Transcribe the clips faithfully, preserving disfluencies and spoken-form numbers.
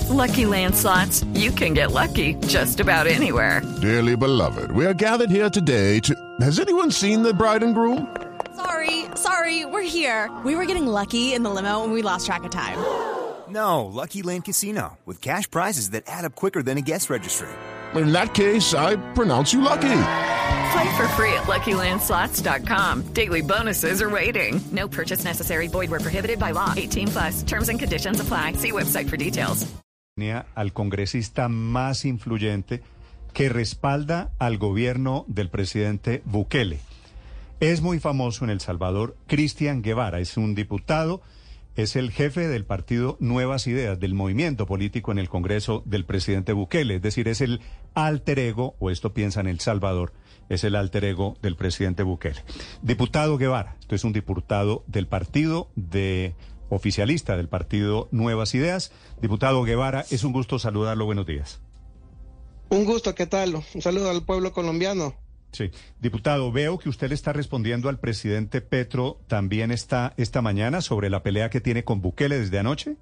Lucky Land Slots, you can get lucky just about anywhere. Dearly beloved, we are gathered here today to... Has anyone seen the bride and groom? Sorry, sorry, we're here. We were getting lucky in the limo and we lost track of time. No, Lucky Land Casino, with cash prizes that add up quicker than a guest registry. In that case, I pronounce you lucky. Play for free at Lucky Land Slots dot com. Daily bonuses are waiting. No purchase necessary. Void where prohibited by law. eighteen plus. Terms and conditions apply. See website for details. Al congresista más influyente que respalda al gobierno del presidente Bukele. Es muy famoso en El Salvador, Cristian Guevara, es un diputado, es el jefe del partido Nuevas Ideas, del movimiento político en el Congreso del presidente Bukele, es decir, es el alter ego, o esto piensa en El Salvador, es el alter ego del presidente Bukele. Diputado Guevara, esto es un diputado del partido de oficialista del partido Nuevas Ideas. Diputado Guevara, es un gusto saludarlo, buenos días. Un gusto, ¿qué tal? Un saludo al pueblo colombiano. Sí, diputado, veo que usted le está respondiendo al presidente Petro también está esta mañana sobre la pelea que tiene con Bukele desde anoche.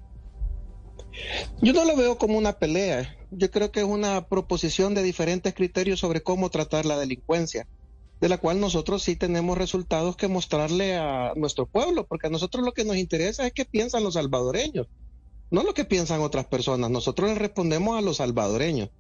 Yo no lo veo como una pelea, yo creo que es una proposición de diferentes criterios sobre cómo tratar la delincuencia, de la cual nosotros sí tenemos resultados que mostrarle a nuestro pueblo, porque a nosotros lo que nos interesa es qué piensan los salvadoreños, no lo que piensan otras personas. Nosotros les respondemos a los salvadoreños.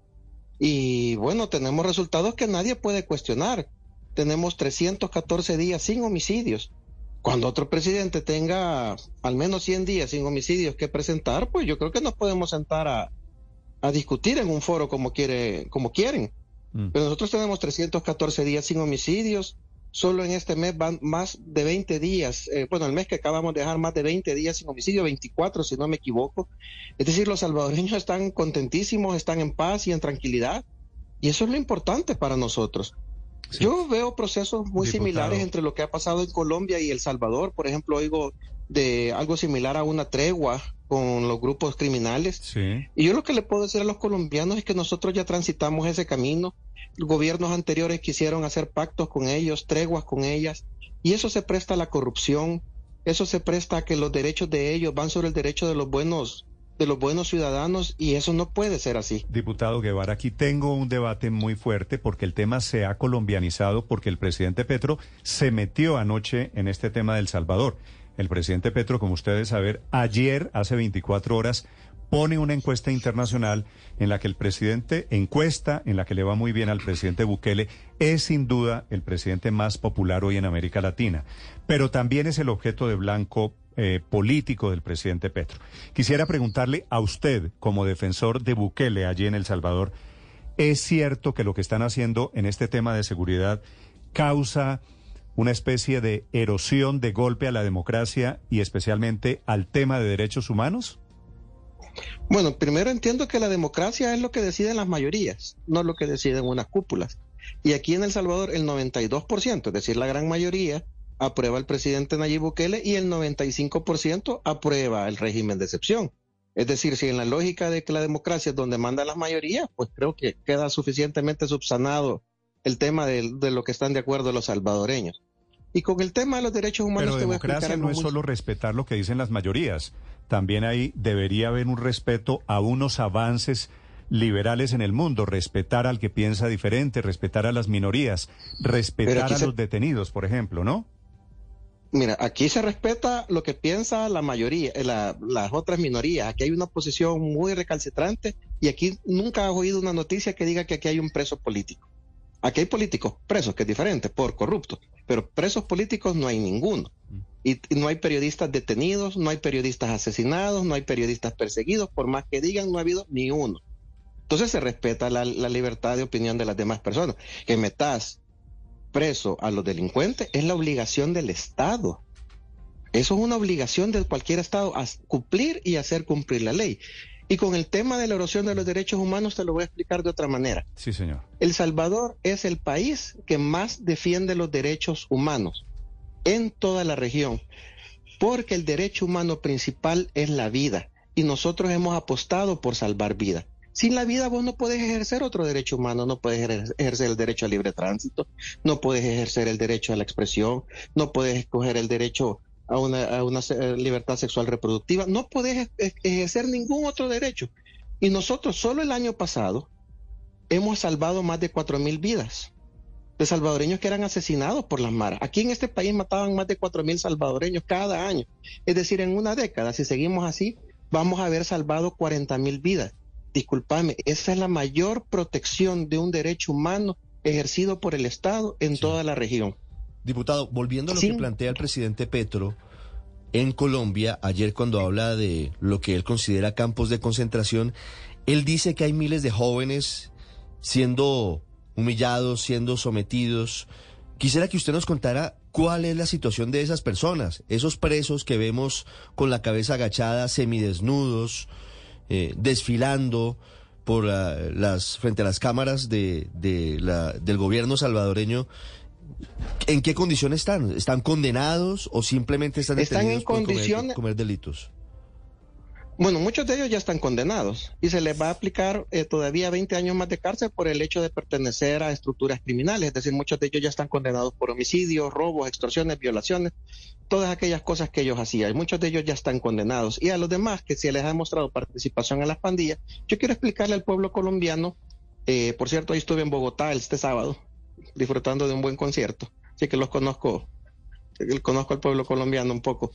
Y bueno, tenemos resultados que nadie puede cuestionar. Tenemos trescientos catorce días sin homicidios. Cuando otro presidente tenga al menos cien días sin homicidios que presentar, pues yo creo que nos podemos sentar a, a discutir en un foro como quiere, como quieren. Mm. Pero nosotros tenemos trescientos catorce días sin homicidios. Solo en este mes van más de veinte días, eh, bueno, el mes que acabamos de dejar más de veinte días sin homicidio, veinticuatro si no me equivoco. Es decir, los salvadoreños están contentísimos, están en paz y en tranquilidad, y eso es lo importante para nosotros. Sí. Yo veo procesos muy Diputado. similares entre lo que ha pasado en Colombia y El Salvador. Por ejemplo, oigo de algo similar a una tregua con los grupos criminales. Sí. Y yo lo que le puedo decir a los colombianos es que nosotros ya transitamos ese camino. Gobiernos anteriores quisieron hacer pactos con ellos, treguas con ellas, y eso se presta a la corrupción, eso se presta a que los derechos de ellos van sobre el derecho de los buenos, de los buenos ciudadanos, y eso no puede ser así. Diputado Guevara, aquí tengo un debate muy fuerte porque el tema se ha colombianizado, porque el presidente Petro se metió anoche en este tema de El Salvador. El presidente Petro, como ustedes saben, ayer, hace veinticuatro horas, pone una encuesta internacional en la que el presidente, encuesta en la que le va muy bien al presidente Bukele, es sin duda el presidente más popular hoy en América Latina, pero también es el objeto de blanco eh, político del presidente Petro. Quisiera preguntarle a usted, como defensor de Bukele allí en El Salvador, ¿es cierto que lo que están haciendo en este tema de seguridad causa una especie de erosión, de golpe a la democracia y especialmente al tema de derechos humanos? Bueno, primero entiendo que la democracia es lo que deciden las mayorías, no lo que deciden unas cúpulas. Y aquí en El Salvador el noventa y dos por ciento, es decir, la gran mayoría, aprueba al presidente Nayib Bukele y el noventa y cinco por ciento aprueba el régimen de excepción. Es decir, si en la lógica de que la democracia es donde manda las mayorías, pues creo que queda suficientemente subsanado el tema de, de lo que están de acuerdo los salvadoreños. Y con el tema de los derechos humanos... Pero te voy a explicar democracia no es muy... solo respetar lo que dicen las mayorías. También ahí debería haber un respeto a unos avances liberales en el mundo, respetar al que piensa diferente, respetar a las minorías, respetar a se... los detenidos, por ejemplo, ¿no? Mira, aquí se respeta lo que piensa la mayoría, la, las otras minorías. Aquí hay una posición muy recalcitrante y aquí nunca has oído una noticia que diga que aquí hay un preso político. Aquí hay políticos presos, que es diferente, por corruptos, pero presos políticos no hay ninguno. Y, y no hay periodistas detenidos, no hay periodistas asesinados, no hay periodistas perseguidos, por más que digan, no ha habido ni uno. Entonces se respeta la, la libertad de opinión de las demás personas. Que metas preso a los delincuentes es la obligación del Estado. Eso es una obligación de cualquier Estado, a cumplir y hacer cumplir la ley. Y con el tema de la erosión de los derechos humanos te lo voy a explicar de otra manera. Sí, señor. El Salvador es el país que más defiende los derechos humanos en toda la región, porque el derecho humano principal es la vida y nosotros hemos apostado por salvar vida. Sin la vida vos no puedes ejercer otro derecho humano, no puedes ejercer el derecho al libre tránsito, no puedes ejercer el derecho a la expresión, no puedes escoger el derecho a una, a una libertad sexual reproductiva, no puedes ejercer ningún otro derecho. Y nosotros solo el año pasado hemos salvado más de cuatro mil vidas de salvadoreños que eran asesinados por las maras. Aquí en este país mataban más de cuatro mil salvadoreños cada año. Es decir, en una década, si seguimos así, vamos a haber salvado cuarenta mil vidas. Discúlpame, esa es la mayor protección de un derecho humano ejercido por el Estado en sí. toda la región. Diputado, volviendo a lo sí. que plantea el presidente Petro en Colombia, ayer cuando habla de lo que él considera campos de concentración, él dice que hay miles de jóvenes siendo humillados, siendo sometidos. Quisiera que usted nos contara cuál es la situación de esas personas, esos presos que vemos con la cabeza agachada, semidesnudos, eh, desfilando por uh, las frente a las cámaras de, de la, del gobierno salvadoreño. ¿En qué condiciones están? ¿Están condenados o simplemente están detenidos están en por condiciones... comer, comer delitos? Bueno, muchos de ellos ya están condenados y se les va a aplicar eh, todavía veinte años más de cárcel por el hecho de pertenecer a estructuras criminales. Es decir, muchos de ellos ya están condenados por homicidios, robos, extorsiones, violaciones, todas aquellas cosas que ellos hacían. Muchos de ellos ya están condenados. Y a los demás que se les ha demostrado participación en las pandillas, yo quiero explicarle al pueblo colombiano, eh, por cierto, hoy estuve en Bogotá este sábado, disfrutando de un buen concierto, así que los conozco, conozco al pueblo colombiano un poco.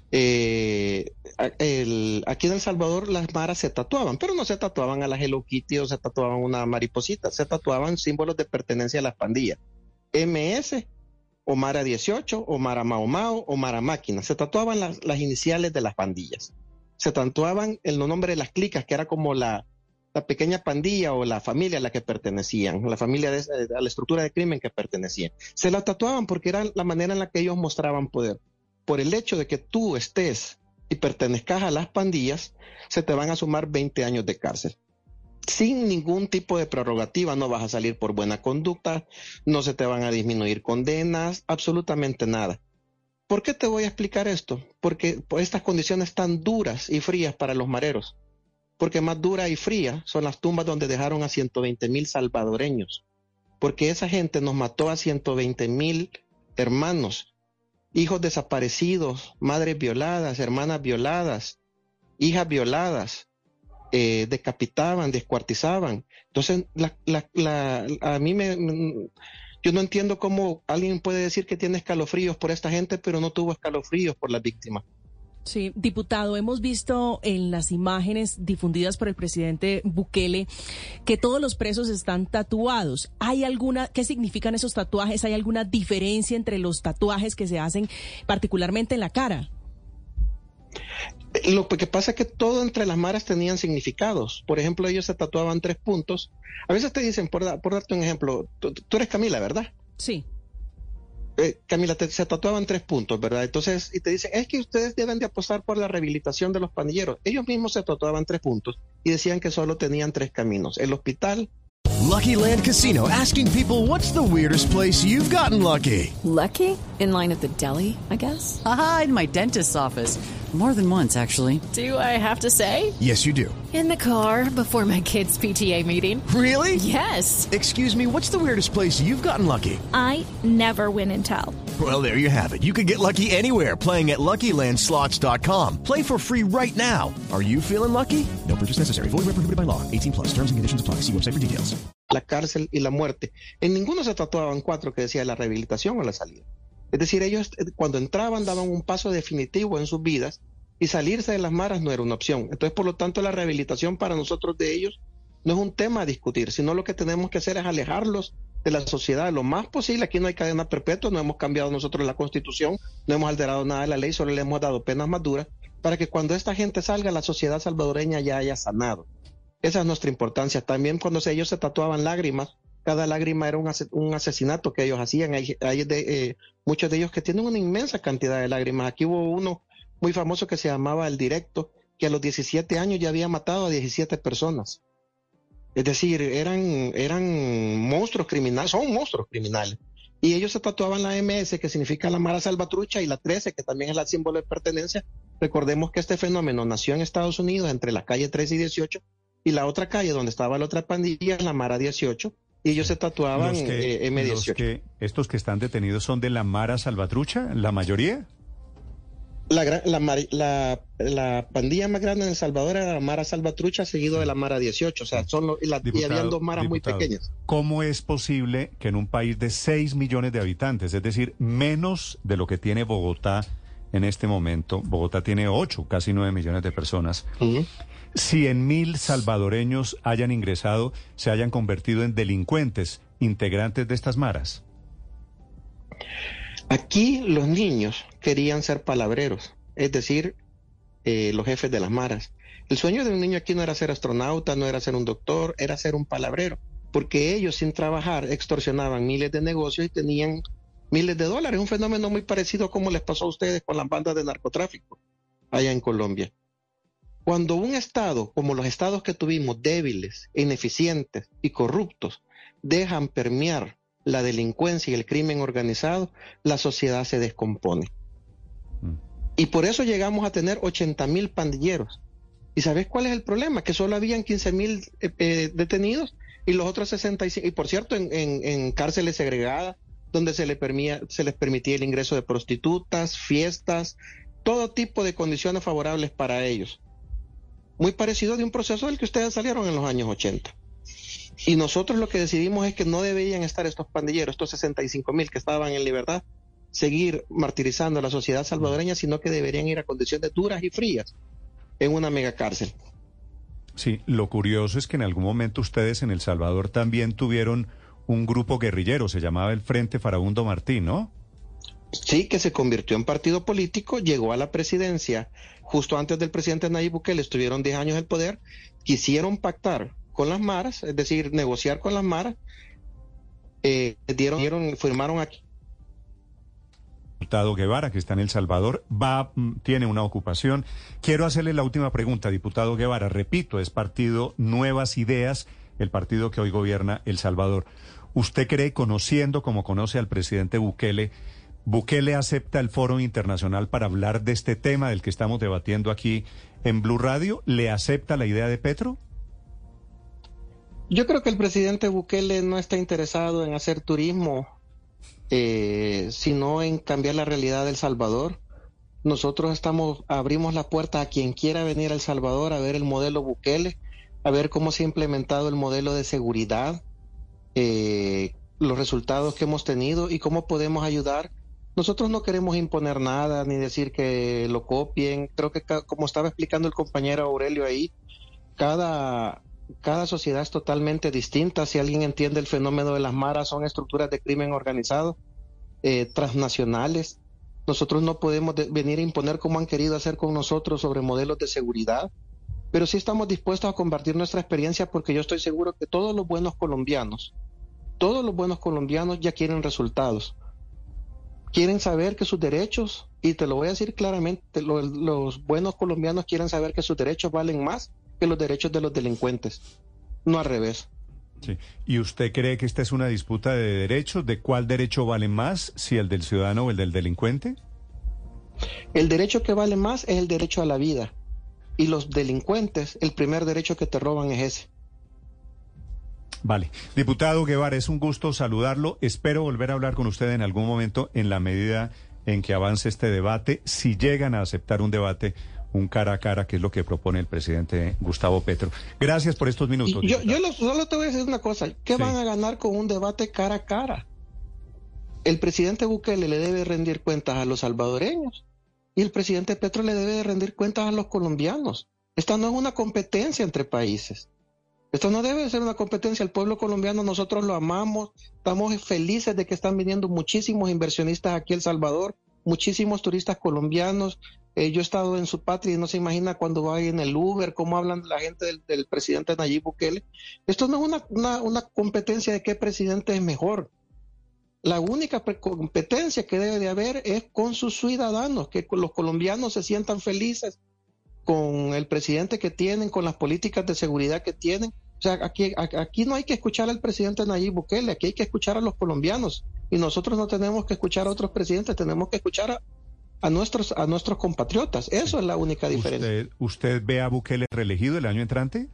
Eh, el, aquí en El Salvador las maras se tatuaban, pero no se tatuaban a la Hello Kitty o se tatuaban una mariposita, se tatuaban símbolos de pertenencia a las pandillas. M S, o Mara dieciocho, o Mara Mao Mao, o Mara Máquina, se tatuaban las, las iniciales de las pandillas. Se tatuaban el nombre de las clicas, que era como la, la pequeña pandilla o la familia a la que pertenecían, la familia de, a la estructura de crimen que pertenecían. Se la tatuaban porque era la manera en la que ellos mostraban poder. Por el hecho de que tú estés y pertenezcas a las pandillas, se te van a sumar veinte años de cárcel. Sin ningún tipo de prerrogativa, no vas a salir por buena conducta, no se te van a disminuir condenas, absolutamente nada. ¿Por qué te voy a explicar esto? Porque por estas condiciones tan duras y frías para los mareros. Porque más dura y fría son las tumbas donde dejaron a ciento veinte mil salvadoreños. Porque esa gente nos mató a ciento veinte mil hermanos, hijos desaparecidos, madres violadas, hermanas violadas, hijas violadas, eh, decapitaban, descuartizaban. Entonces, la, la, la, a mí me, me... Yo no entiendo cómo alguien puede decir que tiene escalofríos por esta gente, pero no tuvo escalofríos por las víctimas. Sí, diputado, hemos visto en las imágenes difundidas por el presidente Bukele que todos los presos están tatuados. ¿Hay alguna, qué significan esos tatuajes? ¿Hay alguna diferencia entre los tatuajes que se hacen particularmente en la cara? Lo que pasa es que todo entre las maras tenían significados. Por ejemplo, ellos se tatuaban tres puntos. A veces te dicen, por, da, por darte un ejemplo, tú, tú eres Camila, ¿verdad? Sí. Eh, Camila, te, se tatuaban tres puntos, ¿verdad? Entonces, y te dicen, es que ustedes deben de apostar por la rehabilitación de los pandilleros. Ellos mismos se tatuaban tres puntos y decían que solo tenían tres caminos: el hospital. Lucky Land Casino, asking people, what's the weirdest place you've gotten lucky? Lucky? In line at the deli, I guess? Aha, in my dentist's office. More than once, actually. Do I have to say? Yes, you do. In the car before my kids' P T A meeting. Really? Yes. Excuse me, what's the weirdest place you've gotten lucky? I never win and tell. Well, there you have it. You can get lucky anywhere, playing at Lucky Land Slots dot com. Play for free right now. Are you feeling lucky? No purchase necessary. Void where prohibited by law. eighteen plus. Terms and conditions apply. See website for details. La cárcel y la muerte. En ninguno se tatuaban cuatro que decía la rehabilitación o la salida. Es decir, ellos cuando entraban daban un paso definitivo en sus vidas y salirse de las maras no era una opción. Entonces, por lo tanto, la rehabilitación para nosotros de ellos no es un tema a discutir, sino lo que tenemos que hacer es alejarlos de la sociedad lo más posible. Aquí no hay cadena perpetua, no hemos cambiado nosotros la Constitución, no hemos alterado nada de la ley, solo le hemos dado penas más duras para que cuando esta gente salga, la sociedad salvadoreña ya haya sanado. Esa es nuestra importancia. También cuando ellos se tatuaban lágrimas, cada lágrima era un, ase un asesinato que ellos hacían. Hay, hay de, eh, muchos de ellos que tienen una inmensa cantidad de lágrimas. Aquí hubo uno muy famoso que se llamaba El Directo, que a los diecisiete años ya había matado a diecisiete personas. Es decir, eran, eran monstruos criminales, son monstruos criminales. Y ellos se tatuaban la M S, que significa la Mara Salvatrucha, y la trece, que también es el símbolo de pertenencia. Recordemos que este fenómeno nació en Estados Unidos, entre la calle trece y dieciocho, y la otra calle donde estaba la otra pandilla, la Mara dieciocho, y ellos se tatuaban que, eh, M dieciocho. Los que, ¿Estos que están detenidos son de la Mara Salvatrucha, la mayoría? La, la, la, la pandilla más grande en El Salvador era la Mara Salvatrucha, seguido de la Mara dieciocho. O sea, son los, y, la, diputado, y habían dos maras diputado, muy pequeñas. ¿Cómo es posible que en un país de seis millones de habitantes, es decir, menos de lo que tiene Bogotá en este momento, Bogotá tiene ocho, casi nueve millones de personas, uh-huh. cien mil salvadoreños hayan ingresado, se hayan convertido en delincuentes, integrantes de estas maras? Aquí los niños querían ser palabreros, es decir, eh, los jefes de las maras. El sueño de un niño aquí no era ser astronauta, no era ser un doctor, era ser un palabrero, porque ellos sin trabajar extorsionaban miles de negocios y tenían miles de dólares, un fenómeno muy parecido a como les pasó a ustedes con las bandas de narcotráfico allá en Colombia. Cuando un estado, como los estados que tuvimos, débiles, ineficientes y corruptos, dejan permear la delincuencia y el crimen organizado, la sociedad se descompone. Mm. Y por eso llegamos a tener ochenta mil pandilleros. ¿Y sabes cuál es el problema? Que solo habían quince mil eh, eh, detenidos y los otros sesenta y cinco, y por cierto, en, en, en cárceles segregadas, donde se, le permía, se les permitía el ingreso de prostitutas, fiestas, todo tipo de condiciones favorables para ellos. Muy parecido de un proceso del que ustedes salieron en los años ochenta. Y nosotros lo que decidimos es que no deberían estar estos pandilleros, estos sesenta y cinco mil que estaban en libertad, seguir martirizando a la sociedad salvadoreña, sino que deberían ir a condiciones duras y frías en una megacárcel. Sí, lo curioso es que en algún momento ustedes en El Salvador también tuvieron un grupo guerrillero, se llamaba el Frente Farabundo Martín, ¿no? Sí, que se convirtió en partido político, llegó a la presidencia justo antes del presidente Nayib Bukele, estuvieron diez años en el poder, quisieron pactar con las maras, es decir, negociar con las maras, eh, dieron, dieron, firmaron aquí. Diputado Guevara, que está en El Salvador, va, tiene una ocupación. Quiero hacerle la última pregunta, diputado Guevara. Repito, es partido Nuevas Ideas, el partido que hoy gobierna El Salvador. ¿Usted cree, conociendo como conoce al presidente Bukele, Bukele acepta el foro internacional para hablar de este tema del que estamos debatiendo aquí en Blue Radio? ¿Le acepta la idea de Petro? Yo creo que el presidente Bukele no está interesado en hacer turismo, eh, sino en cambiar la realidad de El Salvador. Nosotros estamos, abrimos la puerta a quien quiera venir a El Salvador a ver el modelo Bukele, a ver cómo se ha implementado el modelo de seguridad, eh, los resultados que hemos tenido y cómo podemos ayudar. Nosotros no queremos imponer nada ni decir que lo copien. Creo que como estaba explicando el compañero Aurelio ahí, cada... Cada sociedad es totalmente distinta. Si alguien entiende el fenómeno de las maras, son estructuras de crimen organizado, eh, transnacionales. Nosotros no podemos de- venir a imponer como han querido hacer con nosotros sobre modelos de seguridad, pero sí estamos dispuestos a compartir nuestra experiencia porque yo estoy seguro que todos los buenos colombianos, todos los buenos colombianos ya quieren resultados. Quieren saber que sus derechos, y te lo voy a decir claramente, lo, los buenos colombianos quieren saber que sus derechos valen más que los derechos de los delincuentes, no al revés. Sí. ¿Y usted cree que esta es una disputa de derechos? ¿De cuál derecho vale más, si el del ciudadano o el del delincuente? El derecho que vale más es el derecho a la vida. Y los delincuentes, el primer derecho que te roban es ese. Vale. Diputado Guevara, es un gusto saludarlo. Espero volver a hablar con usted en algún momento en la medida en que avance este debate, si llegan a aceptar un debate, un cara a cara, que es lo que propone el presidente Gustavo Petro. Gracias por estos minutos. Yo, yo lo, solo te voy a decir una cosa. ¿Qué sí. van a ganar con un debate cara a cara? El presidente Bukele le debe rendir cuentas a los salvadoreños y el presidente Petro le debe rendir cuentas a los colombianos. Esta no es una competencia entre países. Esto no debe ser una competencia. El pueblo colombiano, nosotros lo amamos. Estamos felices de que están viniendo muchísimos inversionistas aquí a El Salvador, muchísimos turistas colombianos. Eh, yo he estado en su patria y no se imagina cuando va en el Uber, cómo hablan la gente del, del presidente Nayib Bukele. Esto no es una, una, una competencia de qué presidente es mejor. La única competencia que debe de haber es con sus ciudadanos, que los colombianos se sientan felices con el presidente que tienen, con las políticas de seguridad que tienen. O sea, aquí, aquí no hay que escuchar al presidente Nayib Bukele, aquí hay que escuchar a los colombianos. Y nosotros no tenemos que escuchar a otros presidentes, tenemos que escuchar a a nuestros a nuestros compatriotas. Eso es la única diferencia. ¿Usted, usted ve a Bukele reelegido el año entrante?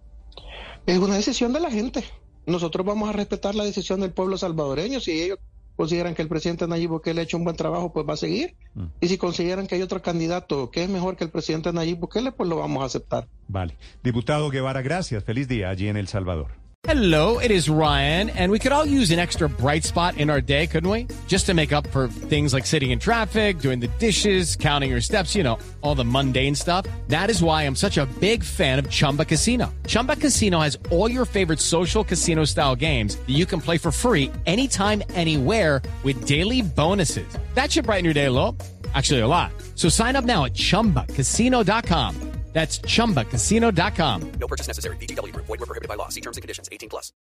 Es una decisión de la gente. Nosotros vamos a respetar la decisión del pueblo salvadoreño. Si ellos consideran que el presidente Nayib Bukele ha hecho un buen trabajo, pues va a seguir. Mm. Y si consideran que hay otro candidato que es mejor que el presidente Nayib Bukele, pues lo vamos a aceptar. Vale. Diputado Guevara, gracias. Feliz día allí en El Salvador. Hello, it is Ryan, and we could all use an extra bright spot in our day, couldn't we? Just to make up for things like sitting in traffic, doing the dishes, counting your steps, you know, all the mundane stuff. That is why I'm such a big fan of Chumba Casino. Chumba Casino has all your favorite social casino-style games that you can play for free anytime, anywhere with daily bonuses. That should brighten your day a little. Actually, a lot. So sign up now at chumba casino dot com. That's chumba casino dot com. No purchase necessary. V G W Group. Void where prohibited by law. See terms and conditions. eighteen plus.